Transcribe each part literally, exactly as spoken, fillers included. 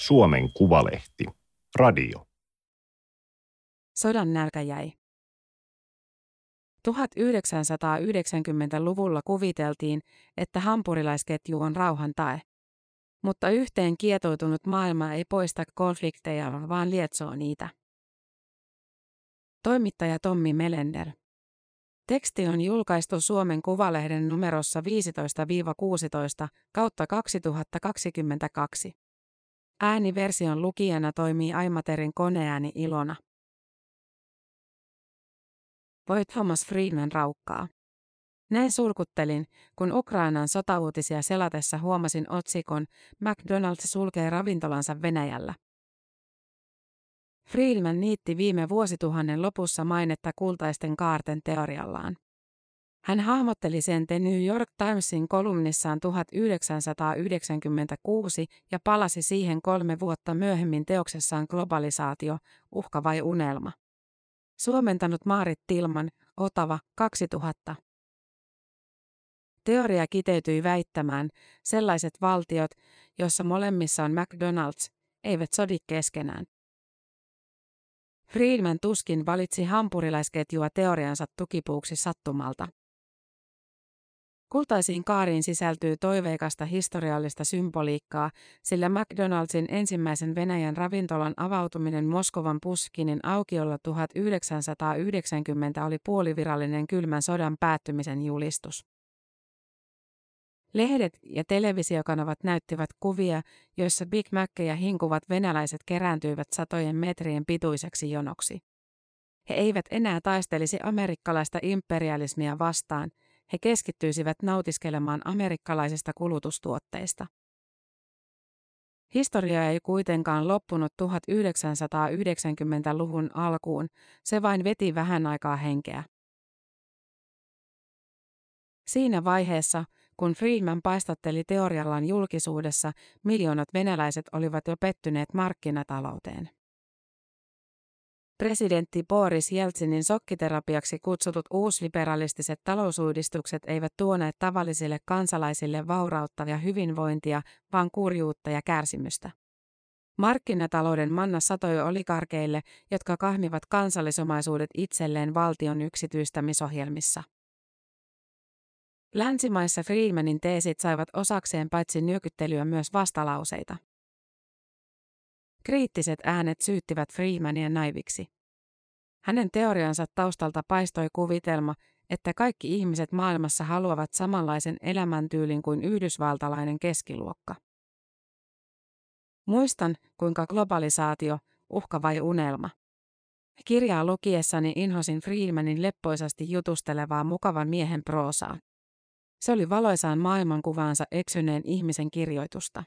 Suomen Kuvalehti. Radio. Sodan nälkä jäi. tuhatyhdeksänsataayhdeksänkymmentäluvulla kuviteltiin, että hampurilaisketju on rauhan tae. Mutta yhteen kietoutunut maailma ei poista konflikteja, vaan lietsoo niitä. Toimittaja Tommi Melender. Teksti on julkaistu Suomen Kuvalehden numerossa viisitoista kuusitoista kautta kaksituhattakaksikymmentäkaksi. Ääniversion lukijana toimii Aimaterin koneääni Ilona. Voi Thomas Friedman raukkaa. Näin surkuttelin, kun Ukrainan sotauutisia selatessa huomasin otsikon McDonald's sulkee ravintolansa Venäjällä. Friedman niitti viime vuosituhannen lopussa mainetta kultaisten kaarten teoriallaan. Hän hahmotteli sen The New York Timesin kolumnissaan tuhatyhdeksänsataayhdeksänkymmentäkuusi ja palasi siihen kolme vuotta myöhemmin teoksessaan Globalisaatio, uhka vai unelma. Suomentanut Maarit Tilman, Otava, kaksituhatta. Teoria kiteytyi väittämään, sellaiset valtiot, joissa molemmissa on McDonald's, eivät sodi keskenään. Friedman tuskin valitsi hampurilaisketjua teoriansa tukipuuksi sattumalta. Kultaisiin kaariin sisältyy toiveikasta historiallista symboliikkaa, sillä McDonald'sin ensimmäisen Venäjän ravintolan avautuminen Moskovan Pushkinin aukiolla tuhatyhdeksänsataayhdeksänkymmentä oli puolivirallinen kylmän sodan päättymisen julistus. Lehdet ja televisiokanavat näyttivät kuvia, joissa Big Mackeja hinkuvat venäläiset kerääntyivät satojen metrien pituiseksi jonoksi. He eivät enää taistelisi amerikkalaista imperialismia vastaan, he keskittyisivät nautiskelemaan amerikkalaisista kulutustuotteista. Historia ei kuitenkaan loppunut tuhatyhdeksänsataayhdeksänkymmentäluvun alkuun, se vain veti vähän aikaa henkeä. Siinä vaiheessa, kun Friedman paistatteli teoriallaan julkisuudessa, miljoonat venäläiset olivat jo pettyneet markkinatalouteen. Presidentti Boris Jeltsinin shokkiterapiaksi kutsutut uusliberalistiset talousuudistukset eivät tuoneet tavallisille kansalaisille vaurautta ja hyvinvointia, vaan kurjuutta ja kärsimystä. Markkinatalouden manna satoi oligarkeille, jotka kahmivat kansallisomaisuudet itselleen valtion yksityistämisohjelmissa. Länsimaissa Friedmanin teesit saivat osakseen paitsi nyökyttelyä myös vastalauseita. Kriittiset äänet syyttivät Friedmania naiviksi. Hänen teoriansa taustalta paistoi kuvitelma, että kaikki ihmiset maailmassa haluavat samanlaisen elämäntyylin kuin yhdysvaltalainen keskiluokka. Muistan, kuinka globalisaatio, uhka vai unelma. Kirjaa lukiessani inhosin Friedmanin leppoisasti jutustelevaa mukavan miehen proosaa. Se oli valoisaan maailmankuvaansa eksyneen ihmisen kirjoitusta.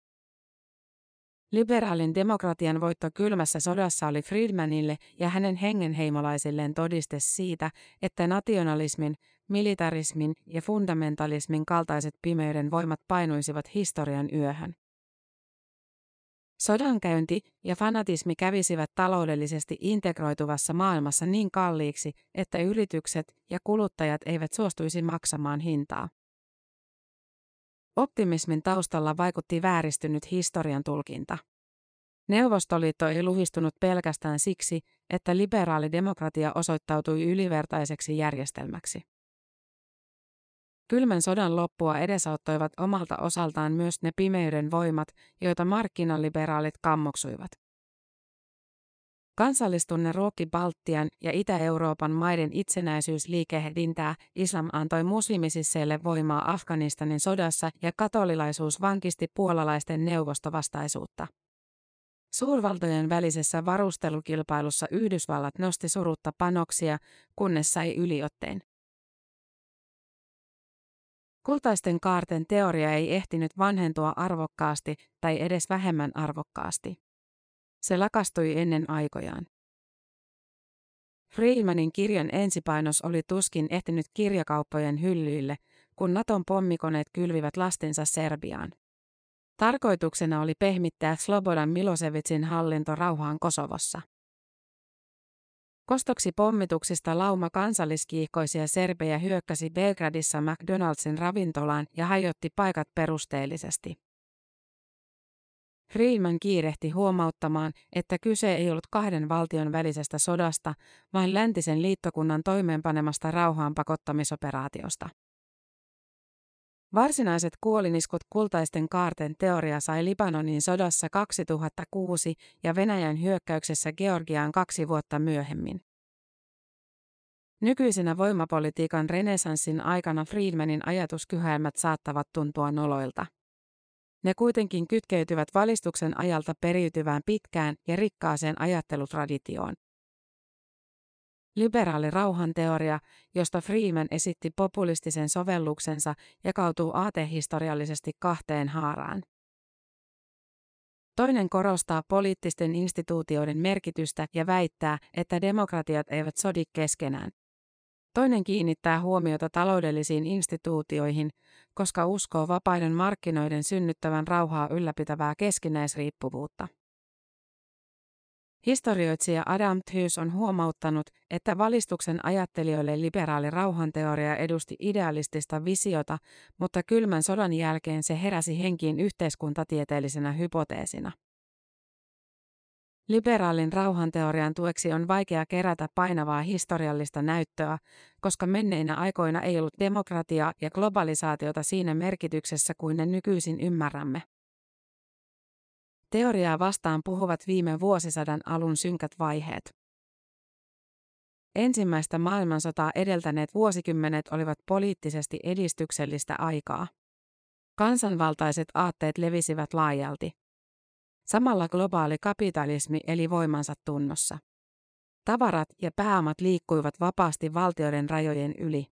Liberaalin demokratian voitto kylmässä sodassa oli Friedmanille ja hänen hengenheimolaisilleen todiste siitä, että nationalismin, militarismin ja fundamentalismin kaltaiset pimeyden voimat painuisivat historian yöhön. Sodankäynti ja fanatismi kävisivät taloudellisesti integroituvassa maailmassa niin kalliiksi, että yritykset ja kuluttajat eivät suostuisi maksamaan hintaa. Optimismin taustalla vaikutti vääristynyt historian tulkinta. Neuvostoliitto ei luhistunut pelkästään siksi, että liberaali demokratia osoittautui ylivertaiseksi järjestelmäksi. Kylmän sodan loppua edesauttoivat omalta osaltaan myös ne pimeyden voimat, joita markkinaliberaalit kammoksuivat. Kansallistunne ruokki Baltian ja Itä-Euroopan maiden itsenäisyysliikehdintää, islam antoi muslimisisseille voimaa Afganistanin sodassa ja katolilaisuus vankisti puolalaisten neuvostovastaisuutta. Suurvaltojen välisessä varustelukilpailussa Yhdysvallat nosti surutta panoksia, kunnes sai yliotteen. Kultaisten kaarten teoria ei ehtinyt vanhentua arvokkaasti tai edes vähemmän arvokkaasti. Se lakastui ennen aikojaan. Friedmanin kirjan ensipainos oli tuskin ehtinyt kirjakauppojen hyllyille, kun Naton pommikoneet kylvivät lastinsa Serbiaan. Tarkoituksena oli pehmittää Slobodan Milosevicin hallinto rauhaan Kosovossa. Kostoksi pommituksista lauma kansalliskiihkoisia serbejä hyökkäsi Belgradissa McDonald'sin ravintolaan ja hajotti paikat perusteellisesti. Friedman kiirehti huomauttamaan, että kyse ei ollut kahden valtion välisestä sodasta, vaan läntisen liittokunnan toimeenpanemasta rauhaan pakottamisoperaatiosta. Varsinaiset kuoliniskut kultaisten kaarten teoria sai Libanonin sodassa kaksituhattakuusi ja Venäjän hyökkäyksessä Georgiaan kaksi vuotta myöhemmin. Nykyisenä voimapolitiikan renessanssin aikana Friedmanin ajatuskyhäelmät saattavat tuntua noloilta. Ne kuitenkin kytkeytyvät valistuksen ajalta periytyvään pitkään ja rikkaaseen ajattelutraditioon. Liberaali rauhanteoria, josta Friedman esitti populistisen sovelluksensa, jakautuu aatehistoriallisesti kahteen haaraan. Toinen korostaa poliittisten instituutioiden merkitystä ja väittää, että demokratiat eivät sodi keskenään. Toinen kiinnittää huomiota taloudellisiin instituutioihin, koska uskoo vapaiden markkinoiden synnyttävän rauhaa ylläpitävää keskinäisriippuvuutta. Historioitsija Adam Tooze on huomauttanut, että valistuksen ajattelijoille liberaali rauhanteoria edusti idealistista visiota, mutta kylmän sodan jälkeen se heräsi henkiin yhteiskuntatieteellisenä hypoteesina. Liberaalin rauhanteorian tueksi on vaikea kerätä painavaa historiallista näyttöä, koska menneinä aikoina ei ollut demokratiaa ja globalisaatiota siinä merkityksessä kuin ne nykyisin ymmärrämme. Teoriaa vastaan puhuvat viime vuosisadan alun synkät vaiheet. Ensimmäistä maailmansotaa edeltäneet vuosikymmenet olivat poliittisesti edistyksellistä aikaa. Kansanvaltaiset aatteet levisivät laajalti. Samalla globaali kapitalismi eli voimansa tunnossa. Tavarat ja pääomat liikkuivat vapaasti valtioiden rajojen yli.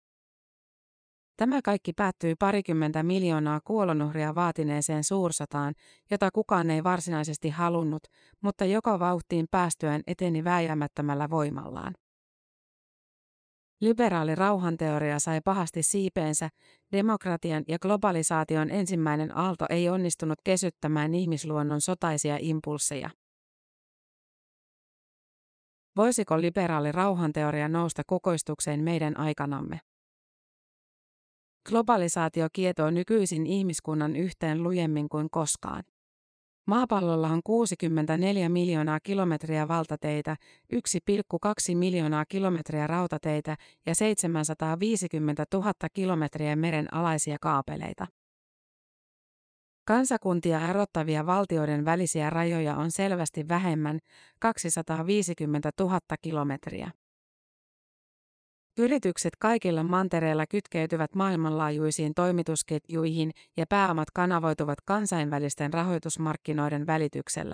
Tämä kaikki päättyi parikymmentä miljoonaa kuolonuhria vaatineeseen suursotaan, jota kukaan ei varsinaisesti halunnut, mutta joka vauhtiin päästyään eteni vääjäämättömällä voimallaan. Liberaali rauhanteoria sai pahasti siipeensä, demokratian ja globalisaation ensimmäinen aalto ei onnistunut kesyttämään ihmisluonnon sotaisia impulsseja. Voisiko liberaali rauhanteoria nousta kukoistukseen meidän aikanamme? Globalisaatio kietoo nykyisin ihmiskunnan yhteen lujemmin kuin koskaan. Maapallolla on kuusikymmentäneljä miljoonaa kilometriä valtateitä, yksi pilkku kaksi miljoonaa kilometriä rautateitä ja seitsemänsataaviisikymmentätuhatta kilometriä meren alaisia kaapeleita. Kansakuntia erottavia valtioiden välisiä rajoja on selvästi vähemmän, kaksisataaviisikymmentätuhatta kilometriä. Yritykset kaikilla mantereilla kytkeytyvät maailmanlaajuisiin toimitusketjuihin ja pääomat kanavoituvat kansainvälisten rahoitusmarkkinoiden välityksellä.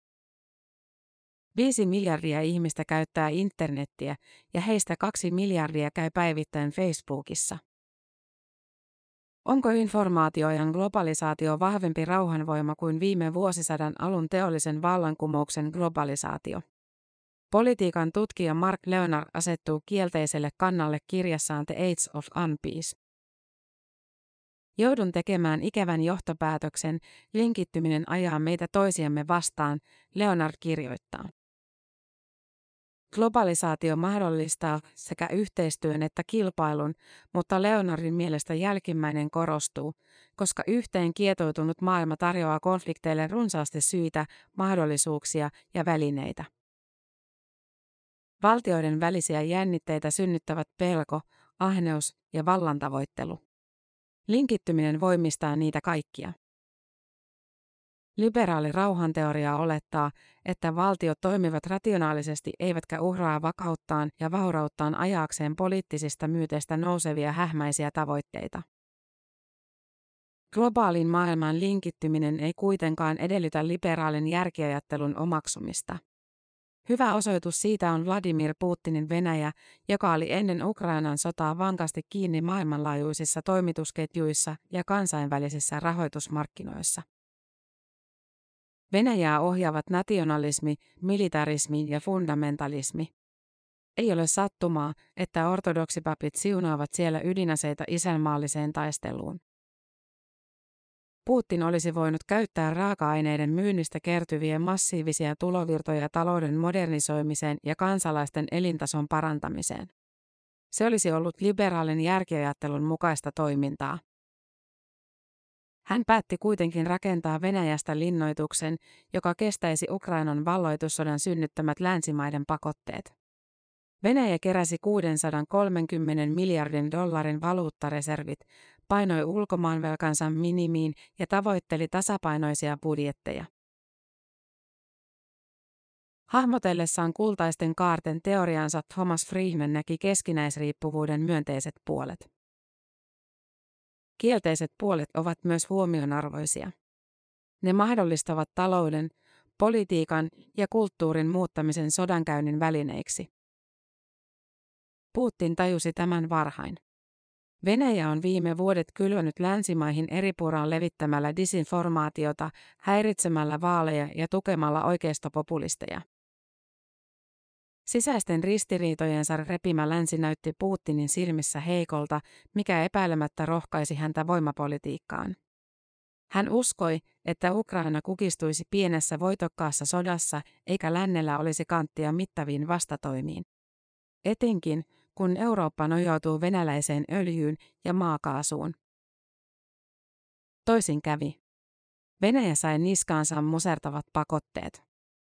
Viisi miljardia ihmistä käyttää internettiä ja heistä kaksi miljardia käy päivittäin Facebookissa. Onko informaatioajan globalisaatio vahvempi rauhanvoima kuin viime vuosisadan alun teollisen vallankumouksen globalisaatio? Politiikan tutkija Mark Leonard asettuu kielteiselle kannalle kirjassaan The Age of Unpeace. Joudun tekemään ikävän johtopäätöksen, linkittyminen ajaa meitä toisiamme vastaan, Leonard kirjoittaa. Globalisaatio mahdollistaa sekä yhteistyön että kilpailun, mutta Leonardin mielestä jälkimmäinen korostuu, koska yhteen kietoutunut maailma tarjoaa konflikteille runsaasti syitä, mahdollisuuksia ja välineitä. Valtioiden välisiä jännitteitä synnyttävät pelko, ahneus ja vallantavoittelu. Linkittyminen voimistaa niitä kaikkia. Liberaali rauhanteoria olettaa, että valtiot toimivat rationaalisesti eivätkä uhraa vakauttaan ja vaurauttaan ajaakseen poliittisista myyteistä nousevia hähmäisiä tavoitteita. Globaalin maailman linkittyminen ei kuitenkaan edellytä liberaalin järkiajattelun omaksumista. Hyvä osoitus siitä on Vladimir Putinin Venäjä, joka oli ennen Ukrainan sotaa vankasti kiinni maailmanlaajuisissa toimitusketjuissa ja kansainvälisissä rahoitusmarkkinoissa. Venäjää ohjaavat nationalismi, militarismi ja fundamentalismi. Ei ole sattumaa, että ortodoksipapit siunaavat siellä ydinaseita isänmaalliseen taisteluun. Putin olisi voinut käyttää raaka-aineiden myynnistä kertyviä massiivisia tulovirtoja talouden modernisoimiseen ja kansalaisten elintason parantamiseen. Se olisi ollut liberaalin järkiajattelun mukaista toimintaa. Hän päätti kuitenkin rakentaa Venäjästä linnoituksen, joka kestäisi Ukrainan valloitussodan synnyttämät länsimaiden pakotteet. Venäjä keräsi kuusisataakolmekymmentä miljardin dollarin valuuttareservit, painoi ulkomaanvelkansa minimiin ja tavoitteli tasapainoisia budjetteja. Hahmotellessaan kultaisten kaarten teoriansa Thomas Friedman näki keskinäisriippuvuuden myönteiset puolet. Kielteiset puolet ovat myös huomionarvoisia. Ne mahdollistavat talouden, politiikan ja kulttuurin muuttamisen sodankäynnin välineiksi. Putin tajusi tämän varhain. Venäjä on viime vuodet kylvänyt länsimaihin eripuraan levittämällä disinformaatiota, häiritsemällä vaaleja ja tukemalla oikeistopopulisteja. Sisäisten ristiriitojensa repimä länsi näytti Putinin silmissä heikolta, mikä epäilemättä rohkaisi häntä voimapolitiikkaan. Hän uskoi, että Ukraina kukistuisi pienessä voitokkaassa sodassa eikä lännellä olisi kanttia mittaviin vastatoimiin. Etenkin, kun Eurooppa nojautuu venäläiseen öljyyn ja maakaasuun. Toisin kävi. Venäjä sai niskaansa musertavat pakotteet.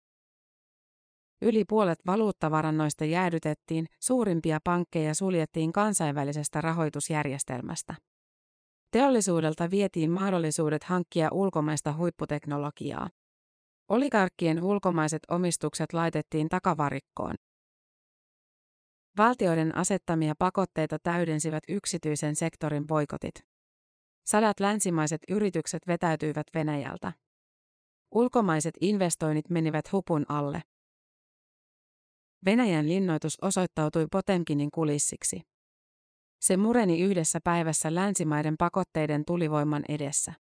Yli puolet valuuttavarannoista jäädytettiin, suurimpia pankkeja suljettiin kansainvälisestä rahoitusjärjestelmästä. Teollisuudelta vietiin mahdollisuudet hankkia ulkomaista huipputeknologiaa. Oligarkkien ulkomaiset omistukset laitettiin takavarikkoon. Valtioiden asettamia pakotteita täydensivät yksityisen sektorin boikotit. Sadat länsimaiset yritykset vetäytyivät Venäjältä. Ulkomaiset investoinnit menivät hupun alle. Venäjän linnoitus osoittautui Potemkinin kulissiksi. Se mureni yhdessä päivässä länsimaiden pakotteiden tulivoiman edessä.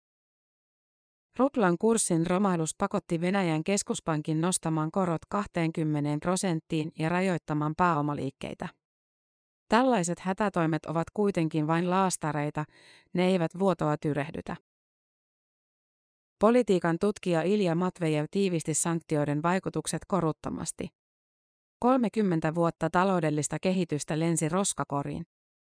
Ruplan kurssin romahdus pakotti Venäjän keskuspankin nostamaan korot kaksikymmentä prosenttiin ja rajoittamaan pääomaliikkeitä. Tällaiset hätätoimet ovat kuitenkin vain laastareita, ne eivät vuotoa tyrehdytä. Politiikan tutkija Ilja Matvejev tiivisti sanktioiden vaikutukset koruttomasti. kolmekymmentä vuotta taloudellista kehitystä lensi roskakoriin.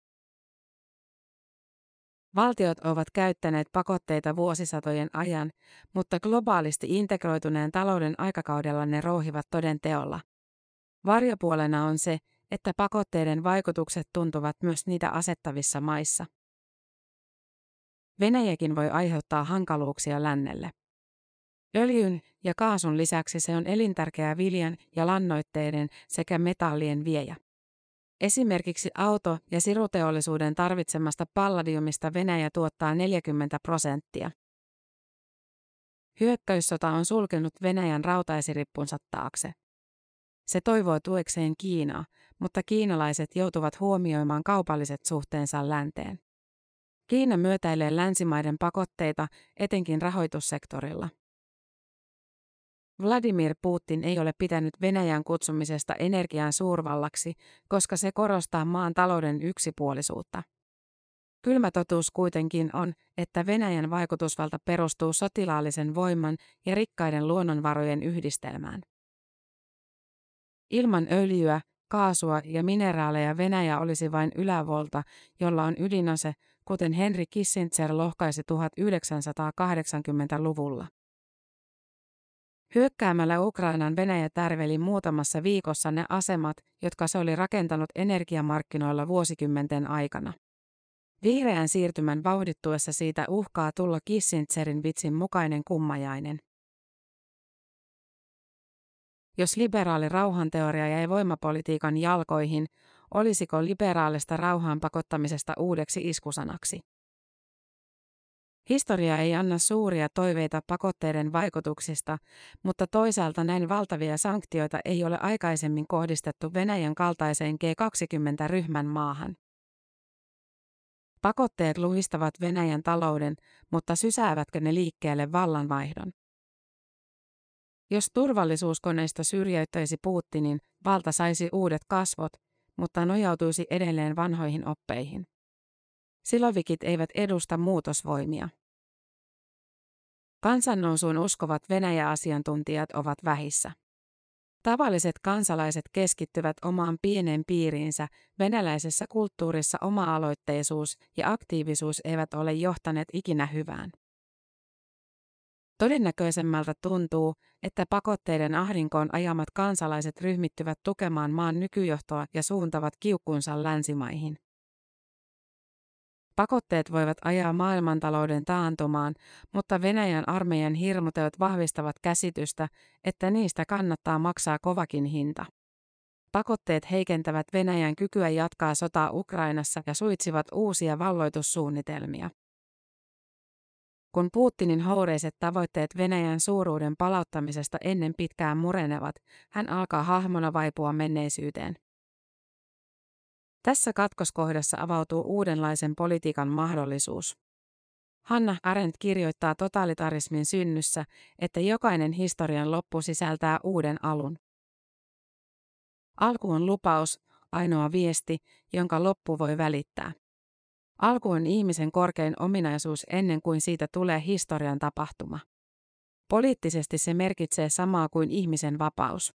Valtiot ovat käyttäneet pakotteita vuosisatojen ajan, mutta globaalisti integroituneen talouden aikakaudella ne rouhivat toden teolla. Varjopuolena on se, että pakotteiden vaikutukset tuntuvat myös niitä asettavissa maissa. Venäjäkin voi aiheuttaa hankaluuksia lännelle. Öljyn ja kaasun lisäksi se on elintärkeä viljan ja lannoitteiden sekä metallien viejä. Esimerkiksi auto- ja siruteollisuuden tarvitsemasta palladiumista Venäjä tuottaa neljäkymmentä prosenttia. Hyökkäyssota on sulkenut Venäjän rautaesirippunsa taakse. Se toivoo tuekseen Kiinaa, mutta kiinalaiset joutuvat huomioimaan kaupalliset suhteensa länteen. Kiina myötäilee länsimaiden pakotteita, etenkin rahoitussektorilla. Vladimir Putin ei ole pitänyt Venäjän kutsumisesta energian suurvallaksi, koska se korostaa maan talouden yksipuolisuutta. Kylmä totuus kuitenkin on, että Venäjän vaikutusvalta perustuu sotilaallisen voiman ja rikkaiden luonnonvarojen yhdistelmään. Ilman öljyä, kaasua ja mineraaleja Venäjä olisi vain ylävolta, jolla on ydinase, kuten Henry Kissinger lohkaisi tuhatyhdeksänsataakahdeksankymmentäluvulla. Hyökkäämällä Ukrainan Venäjä tärveli muutamassa viikossa ne asemat, jotka se oli rakentanut energiamarkkinoilla vuosikymmenten aikana. Vihreän siirtymän vauhdittuessa siitä uhkaa tulla Kissingerin vitsin mukainen kummajainen. Jos liberaali rauhanteoria jäi voimapolitiikan jalkoihin, olisiko liberaalista rauhaan pakottamisesta uudeksi iskusanaksi? Historia ei anna suuria toiveita pakotteiden vaikutuksista, mutta toisaalta näin valtavia sanktioita ei ole aikaisemmin kohdistettu Venäjän kaltaiseen G kaksikymmentä-ryhmän maahan. Pakotteet luhistavat Venäjän talouden, mutta sysäävätkö ne liikkeelle vallanvaihdon? Jos turvallisuuskoneisto syrjäyttäisi Putinin, valta saisi uudet kasvot, mutta nojautuisi edelleen vanhoihin oppeihin. Silovikit eivät edusta muutosvoimia. Kansannousuun uskovat Venäjä-asiantuntijat ovat vähissä. Tavalliset kansalaiset keskittyvät omaan pieneen piiriinsä, venäläisessä kulttuurissa oma-aloitteisuus ja aktiivisuus eivät ole johtaneet ikinä hyvään. Todennäköisemmältä tuntuu, että pakotteiden ahdinkoon ajamat kansalaiset ryhmittyvät tukemaan maan nykyjohtoa ja suuntavat kiukkunsa länsimaihin. Pakotteet voivat ajaa maailmantalouden taantumaan, mutta Venäjän armeijan hirmuteot vahvistavat käsitystä, että niistä kannattaa maksaa kovakin hinta. Pakotteet heikentävät Venäjän kykyä jatkaa sotaa Ukrainassa ja suitsivat uusia valloitussuunnitelmia. Kun Putinin houreiset tavoitteet Venäjän suuruuden palauttamisesta ennen pitkään murenevat, hän alkaa hahmona vaipua menneisyyteen. Tässä katkoskohdassa avautuu uudenlaisen politiikan mahdollisuus. Hannah Arendt kirjoittaa totalitarismin synnyssä, että jokainen historian loppu sisältää uuden alun. Alku on lupaus, ainoa viesti, jonka loppu voi välittää. Alku on ihmisen korkein ominaisuus ennen kuin siitä tulee historian tapahtuma. Poliittisesti se merkitsee samaa kuin ihmisen vapaus.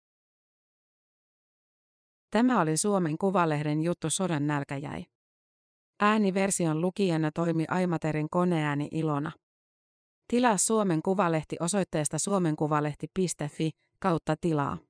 Tämä oli Suomen Kuvalehden juttu Sodan nälkä jäi. Ääniversion lukijana toimi Aimaterin koneääni Ilona. Tilaa Suomen Kuvalehti osoitteesta suomenkuvalehti piste fi kautta tilaa.